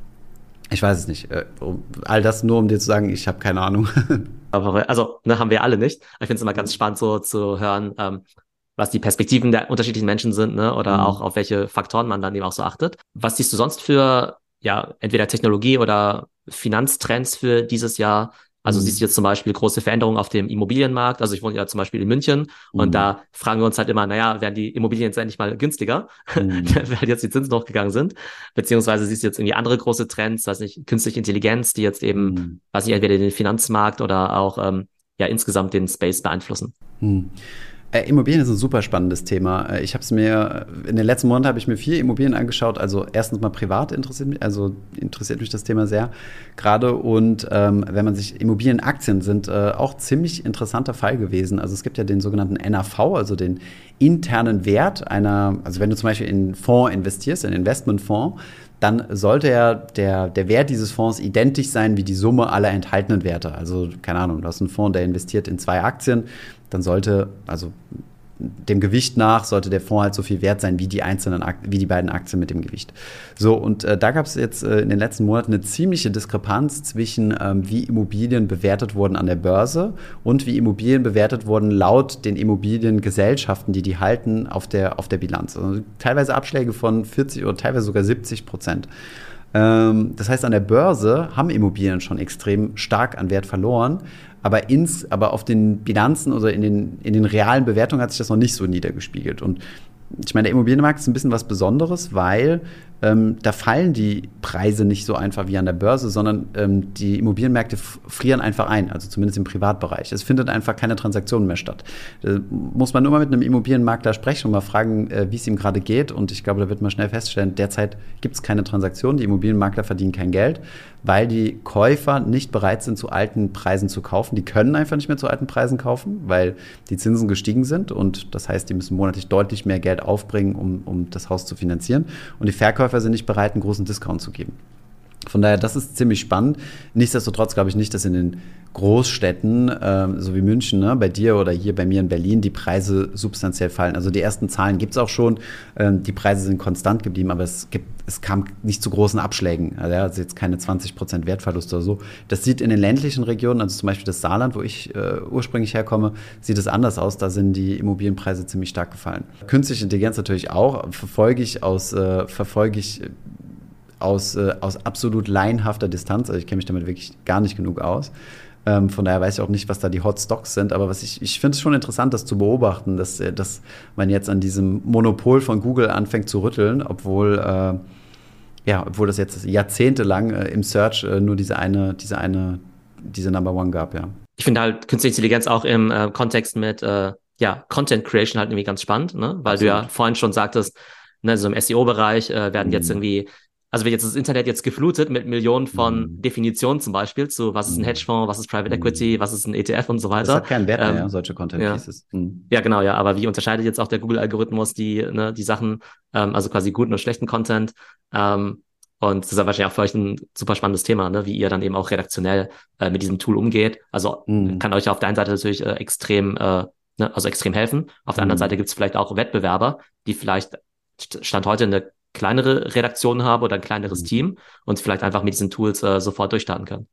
ich weiß es nicht. Äh, all das nur, um dir zu sagen, ich habe keine Ahnung. Aber, also, ne, haben wir alle nicht. Ich finde es immer ganz spannend so zu hören, ähm, was die Perspektiven der unterschiedlichen Menschen sind, ne, oder auch Mhm. auf welche Faktoren man dann eben auch so achtet. Was siehst du sonst für, ja, entweder Technologie oder Finanztrends für dieses Jahr? Also siehst du Mhm. jetzt zum Beispiel große Veränderungen auf dem Immobilienmarkt? Also ich wohne ja zum Beispiel in München und Mhm. da fragen wir uns halt immer, naja, werden die Immobilien jetzt endlich mal günstiger, Mhm. weil jetzt die Zinsen hochgegangen sind? Beziehungsweise siehst du jetzt irgendwie andere große Trends, weiß nicht, künstliche Intelligenz, die jetzt eben, Mhm. weiß nicht, entweder den Finanzmarkt oder auch ähm, ja insgesamt den Space beeinflussen? Mhm. Äh, Immobilien ist ein super spannendes Thema. Äh, Ich habe es mir, in den letzten Monaten habe ich mir vier Immobilien angeschaut. Also erstens mal privat interessiert mich, also interessiert mich das Thema sehr gerade. Und ähm, wenn man sich Immobilienaktien sind äh, auch ziemlich interessanter Fall gewesen. Also es gibt ja den sogenannten N A V, also den internen Wert einer, also wenn du zum Beispiel in einen Fonds investierst, in einen Investmentfonds, dann sollte ja der, der Wert dieses Fonds identisch sein wie die Summe aller enthaltenen Werte. Also, keine Ahnung, du hast einen Fonds, der investiert in zwei Aktien, dann sollte, also dem Gewicht nach, sollte der Fonds halt so viel wert sein wie die einzelnen Aktien, wie die beiden Aktien mit dem Gewicht. So, und äh, da gab es jetzt äh, in den letzten Monaten eine ziemliche Diskrepanz zwischen, ähm, wie Immobilien bewertet wurden an der Börse und wie Immobilien bewertet wurden laut den Immobiliengesellschaften, die die halten, auf der, auf der Bilanz. Also teilweise Abschläge von vierzig oder teilweise sogar siebzig Prozent. Ähm, das heißt, an der Börse haben Immobilien schon extrem stark an Wert verloren. Aber, ins, aber auf den Bilanzen oder in den, in den realen Bewertungen hat sich das noch nicht so niedergespiegelt. Und ich meine, der Immobilienmarkt ist ein bisschen was Besonderes, weil ähm, da fallen die Preise nicht so einfach wie an der Börse, sondern ähm, die Immobilienmärkte frieren einfach ein, also zumindest im Privatbereich. Es findet einfach keine Transaktion mehr statt. Da muss man nur mal mit einem Immobilienmakler sprechen und mal fragen, äh, wie es ihm gerade geht. Und ich glaube, da wird man schnell feststellen, derzeit gibt es keine Transaktion, die Immobilienmakler verdienen kein Geld, weil die Käufer nicht bereit sind, zu alten Preisen zu kaufen. Die können einfach nicht mehr zu alten Preisen kaufen, weil die Zinsen gestiegen sind und das heißt, die müssen monatlich deutlich mehr Geld aufbringen, um, um das Haus zu finanzieren. Und die Verkäufer sind nicht bereit, einen großen Discount zu geben. Von daher, das ist ziemlich spannend. Nichtsdestotrotz glaube ich nicht, dass in den Großstädten, ähm, so wie München, ne, bei dir oder hier bei mir in Berlin, die Preise substanziell fallen. Also die ersten Zahlen gibt es auch schon. Ähm, die Preise sind konstant geblieben, aber es, gibt, es kam nicht zu großen Abschlägen. Also, ja, also jetzt keine zwanzig Prozent Wertverlust oder so. Das sieht in den ländlichen Regionen, also zum Beispiel das Saarland, wo ich äh, ursprünglich herkomme, sieht es anders aus. Da sind die Immobilienpreise ziemlich stark gefallen. Künstliche Intelligenz natürlich auch. Verfolge ich aus, äh, verfolge ich Aus, äh, aus absolut laienhafter Distanz. Also ich kenne mich damit wirklich gar nicht genug aus. Ähm, von daher weiß ich auch nicht, was da die Hot Stocks sind. Aber was ich, ich finde es schon interessant, das zu beobachten, dass, äh, dass man jetzt an diesem Monopol von Google anfängt zu rütteln, obwohl, äh, ja, obwohl das jetzt jahrzehntelang äh, im Search äh, nur diese eine, diese eine, diese Number One gab, ja. Ich finde halt künstliche Intelligenz auch im äh, Kontext mit äh, ja, Content Creation halt irgendwie ganz spannend, ne? Weil du ja Absolut. vorhin schon sagtest, ne, so im S E O-Bereich äh, werden Mhm. jetzt irgendwie, also wird jetzt das Internet jetzt geflutet mit Millionen von Mhm. Definitionen zum Beispiel zu, was ist ein Mhm. Hedgefonds, was ist Private Mhm. Equity, was ist ein E T F und so Das weiter. hat keinen Wert mehr, ja, Ähm, solche Content ja. Pieces. Mhm. Ja, genau, ja. Aber wie unterscheidet jetzt auch der Google-Algorithmus die, ne, die Sachen, ähm, also quasi guten und schlechten Content? Ähm, und das ist ja wahrscheinlich auch für euch ein super spannendes Thema, ne, wie ihr dann eben auch redaktionell äh, mit diesem Tool umgeht. Also Mhm. kann euch auf der einen Seite natürlich äh, extrem, äh, ne, also extrem helfen. Auf der anderen Seite Mhm. gibt es vielleicht auch Wettbewerber, die vielleicht st- Stand heute eine kleinere Redaktion haben oder ein kleineres Mhm. Team und vielleicht einfach mit diesen Tools äh, sofort durchstarten können.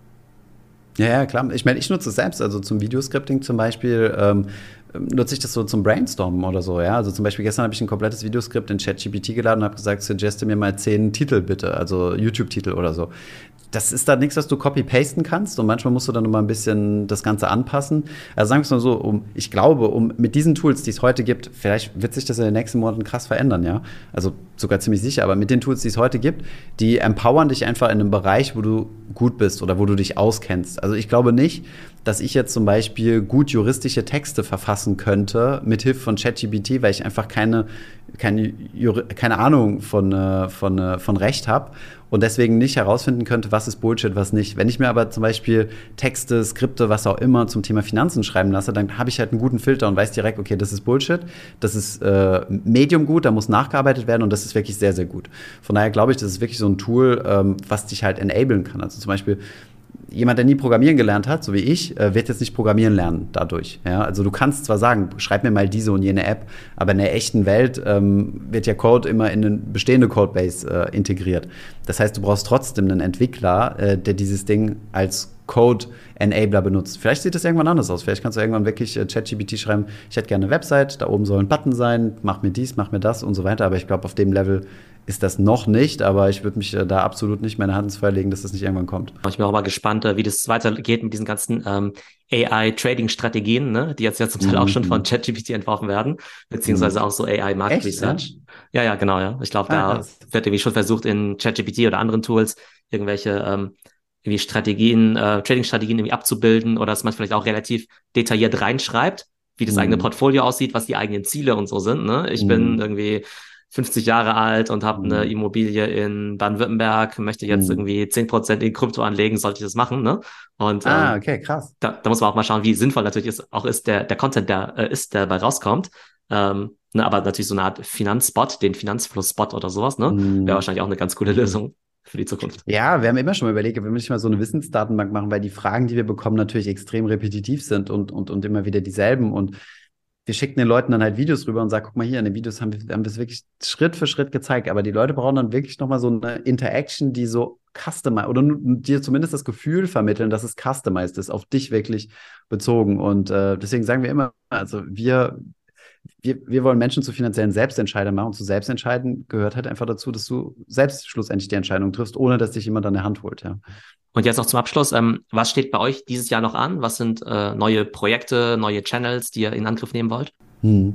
Ja, ja, klar. Ich meine, ich nutze es selbst, also zum Videoscripting zum Beispiel, ähm, nutze ich das so zum Brainstormen oder so, ja. Also zum Beispiel gestern habe ich ein komplettes Videoskript in ChatGPT geladen und habe gesagt, suggeste mir mal zehn Titel bitte, also YouTube-Titel oder so. Das ist da nichts, was du copy-pasten kannst und manchmal musst du dann noch mal ein bisschen das Ganze anpassen. Also sagen wir es mal so, um, ich glaube, um mit diesen Tools, die es heute gibt, vielleicht wird sich das in den nächsten Monaten krass verändern, ja. Also sogar ziemlich sicher, aber mit den Tools, die es heute gibt, die empowern dich einfach in einem Bereich, wo du gut bist oder wo du dich auskennst. Also ich glaube nicht, dass ich jetzt zum Beispiel gut juristische Texte verfassen könnte mit Hilfe von ChatGPT, weil ich einfach keine, keine, keine Ahnung von, von, von Recht habe und deswegen nicht herausfinden könnte, was ist Bullshit, was nicht. Wenn ich mir aber zum Beispiel Texte, Skripte, was auch immer zum Thema Finanzen schreiben lasse, dann habe ich halt einen guten Filter und weiß direkt, okay, das ist Bullshit, das ist äh, Medium gut, da muss nachgearbeitet werden und das ist wirklich sehr, sehr gut. Von daher glaube ich, das ist wirklich so ein Tool, ähm, was dich halt enablen kann. Also zum Beispiel jemand, der nie programmieren gelernt hat, so wie ich, äh, wird jetzt nicht programmieren lernen dadurch. Ja? Also du kannst zwar sagen, schreib mir mal diese und jene App, aber in der echten Welt ähm, wird ja Code immer in eine bestehende Codebase äh, integriert. Das heißt, du brauchst trotzdem einen Entwickler, äh, der dieses Ding als Code-Enabler benutzt. Vielleicht sieht das irgendwann anders aus. Vielleicht kannst du irgendwann wirklich äh, ChatGPT schreiben, ich hätte gerne eine Website, da oben soll ein Button sein, mach mir dies, mach mir das und so weiter. Aber ich glaube, auf dem Level ist das noch nicht, aber ich würde mich äh, da absolut nicht meine Hand ins Feuer legen, dass das nicht irgendwann kommt. Ich bin auch mal gespannt, äh, wie das weitergeht mit diesen ganzen ähm, A I-Trading-Strategien, ne, die jetzt ja zum Teil auch schon von Mhm. ChatGPT entworfen werden, beziehungsweise Mhm. auch so A Echt, ja? I-Market-Research. Ja, ja, genau, ja. Ich glaube, Ah, da krass. wird irgendwie schon versucht, in ChatGPT oder anderen Tools irgendwelche ähm, irgendwie Strategien, äh, Trading-Strategien irgendwie abzubilden oder dass man vielleicht auch relativ detailliert reinschreibt, wie das eigene Mhm. Portfolio aussieht, was die eigenen Ziele und so sind. Ne? Ich bin Mhm. irgendwie fünfzig Jahre alt und habe eine Mhm. Immobilie in Baden-Württemberg, möchte jetzt Mhm. irgendwie zehn Prozent in Krypto anlegen, sollte ich das machen, ne? Und Ah, ähm, okay, krass. da, da muss man auch mal schauen, wie sinnvoll natürlich ist, auch ist der, der Content, der äh, ist, der dabei rauskommt. Ähm, ne, aber natürlich so eine Art Finanzspot, den Finanzfluss-Spot oder sowas, ne? Wäre Mhm. wahrscheinlich auch eine ganz coole Lösung für die Zukunft. Ja, wir haben immer schon mal überlegt, ob wir nicht mal so eine Wissensdatenbank machen, weil die Fragen, die wir bekommen, natürlich extrem repetitiv sind und, und, und immer wieder dieselben. Und wir schicken den Leuten dann halt Videos rüber und sagen, guck mal hier, in den Videos haben wir, haben wir es wirklich Schritt für Schritt gezeigt. Aber die Leute brauchen dann wirklich nochmal so eine Interaction, die so customized oder dir zumindest das Gefühl vermitteln, dass es customized ist, auf dich wirklich bezogen. Und äh, deswegen sagen wir immer, also wir, wir, wir wollen Menschen zu finanziellen Selbstentscheidern machen. Und zu Selbstentscheiden gehört halt einfach dazu, dass du selbst schlussendlich die Entscheidung triffst, ohne dass dich jemand an der Hand holt, ja. Und jetzt noch zum Abschluss, ähm, was steht bei euch dieses Jahr noch an? Was sind äh, neue Projekte, neue Channels, die ihr in Angriff nehmen wollt? Hm.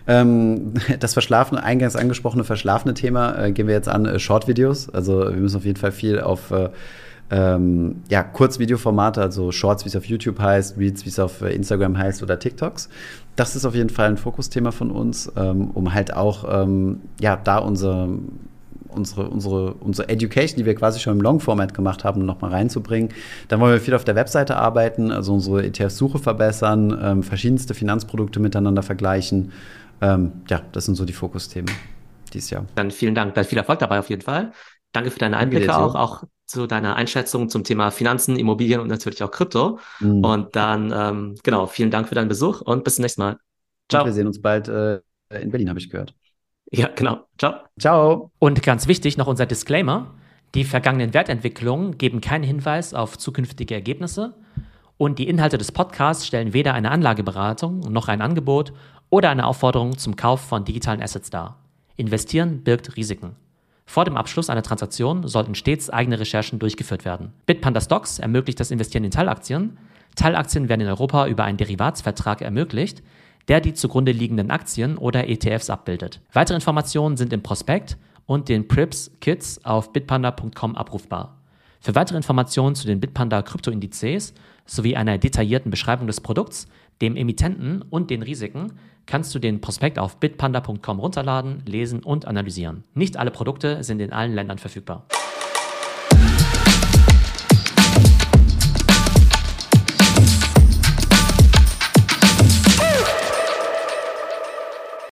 Ähm, das verschlafene, eingangs angesprochene verschlafene Thema äh, gehen wir jetzt an, äh, Short-Videos. Also wir müssen auf jeden Fall viel auf äh, ähm, ja, Kurzvideoformate, also Shorts, wie es auf YouTube heißt, Reels, wie es auf äh, Instagram heißt oder TikToks. Das ist auf jeden Fall ein Fokusthema von uns, ähm, um halt auch ähm, ja, da unser Unsere, unsere, unsere Education, die wir quasi schon im Long-Format gemacht haben, nochmal reinzubringen. Dann wollen wir viel auf der Webseite arbeiten, also unsere E T F-Suche verbessern, ähm, verschiedenste Finanzprodukte miteinander vergleichen. Ähm, ja, das sind so die Fokusthemen dieses Jahr. Dann vielen Dank, dann viel Erfolg dabei auf jeden Fall. Danke für deine Danke dir, Einblicke auch, Theo. auch zu deiner Einschätzung zum Thema Finanzen, Immobilien und natürlich auch Krypto. Mhm. Und dann, ähm, genau, vielen Dank für deinen Besuch und bis zum nächsten Mal. Und wir Ciao. sehen uns bald äh, in Berlin, habe ich gehört. Ja, genau. Ciao. Ciao. Und ganz wichtig noch unser Disclaimer. Die vergangenen Wertentwicklungen geben keinen Hinweis auf zukünftige Ergebnisse und die Inhalte des Podcasts stellen weder eine Anlageberatung noch ein Angebot oder eine Aufforderung zum Kauf von digitalen Assets dar. Investieren birgt Risiken. Vor dem Abschluss einer Transaktion sollten stets eigene Recherchen durchgeführt werden. Bitpanda Stocks ermöglicht das Investieren in Teilaktien. Teilaktien werden in Europa über einen Derivatsvertrag ermöglicht, der die zugrunde liegenden Aktien oder E T Fs abbildet. Weitere Informationen sind im Prospekt und den Prips-Kits auf bitpanda punkt com abrufbar. Für weitere Informationen zu den Bitpanda Kryptoindizes sowie einer detaillierten Beschreibung des Produkts dem Emittenten und den Risiken, kannst du den Prospekt auf bitpanda punkt com runterladen, lesen und analysieren. Nicht alle Produkte sind in allen Ländern verfügbar.